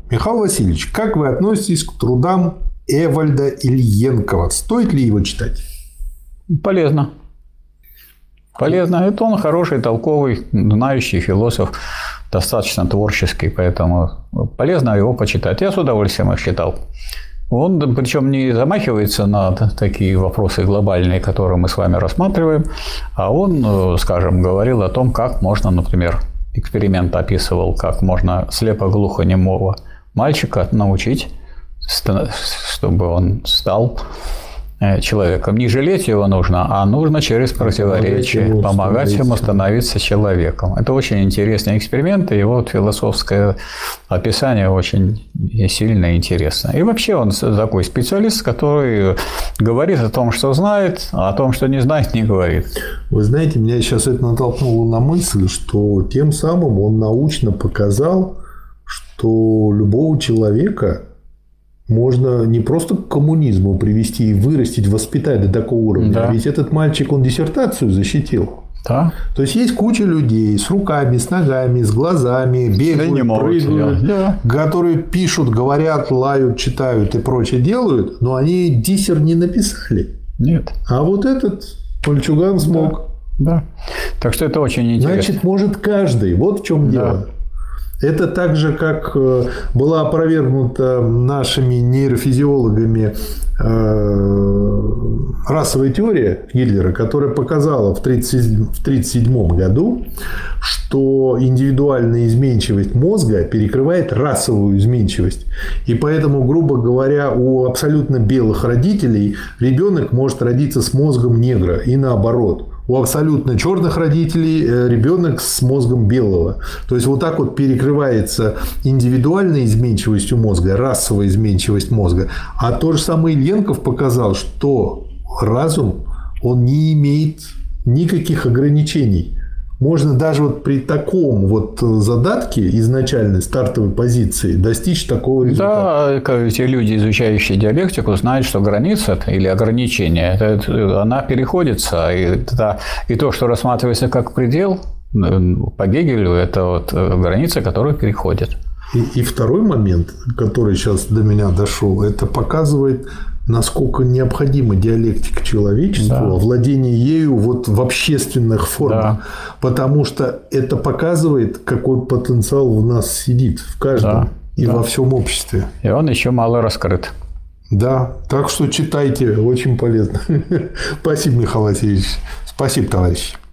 Михаил Васильевич, как вы относитесь к трудам Эвальда Ильенкова? Стоит ли его читать? Полезно. Полезно. Это он хороший, толковый, знающий философ, достаточно творческий, поэтому полезно его почитать. Я с удовольствием их читал. Он, причем, не замахивается на такие вопросы глобальные, которые мы с вами рассматриваем, а он, скажем, говорил о том, как можно, например, эксперимент описывал, как можно слепо-глухонемого мальчика научить, чтобы он стал человеком. Не жалеть его нужно, а нужно через противоречие помогать ему становиться человеком. Это очень интересный эксперимент, и его философское описание очень сильно интересно. И вообще он такой специалист, который говорит о том, что знает, а о том, что не знает, не говорит. Вы знаете, меня сейчас это натолкнуло на мысль, что тем самым он научно показал, что любого человека можно не просто к коммунизму привести и вырастить, воспитать до такого уровня. Да. Ведь этот мальчик, он диссертацию защитил. Да. То есть есть куча людей с руками, с ногами, с глазами, бегают, прыгают, которые пишут, говорят, лают, читают и прочее делают, но они диссер не написали. Нет. А вот этот мальчуган смог. Да. Так что это очень интересно. Значит, может каждый. Вот в чем дело. Это так же, как была опровергнута нашими нейрофизиологами расовая теория Гитлера, которая показала в 1937 году, что индивидуальная изменчивость мозга перекрывает расовую изменчивость. И поэтому, грубо говоря, у абсолютно белых родителей ребенок может родиться с мозгом негра и наоборот. У абсолютно черных родителей ребенок с мозгом белого. То есть вот так вот перекрывается индивидуальная изменчивость у мозга, расовая изменчивость мозга. А то же самое Ильенков показал, что разум, он не имеет никаких ограничений. Можно даже вот при таком вот задатке изначальной стартовой позиции достичь такого результата. Да, те люди, изучающие диалектику, знают, что граница или ограничение, она переходится. И то, что рассматривается как предел, по Гегелю, это вот граница, которую переходит. И второй момент, который сейчас до меня дошел, это показывает, насколько необходима диалектика человечеству, владение ею вот в общественных формах. Потому что это показывает, какой потенциал в нас сидит, в каждом и во всем обществе. И он еще мало раскрыт. Да, так что читайте, очень полезно. Спасибо, Михаил Васильевич. Спасибо, товарищи.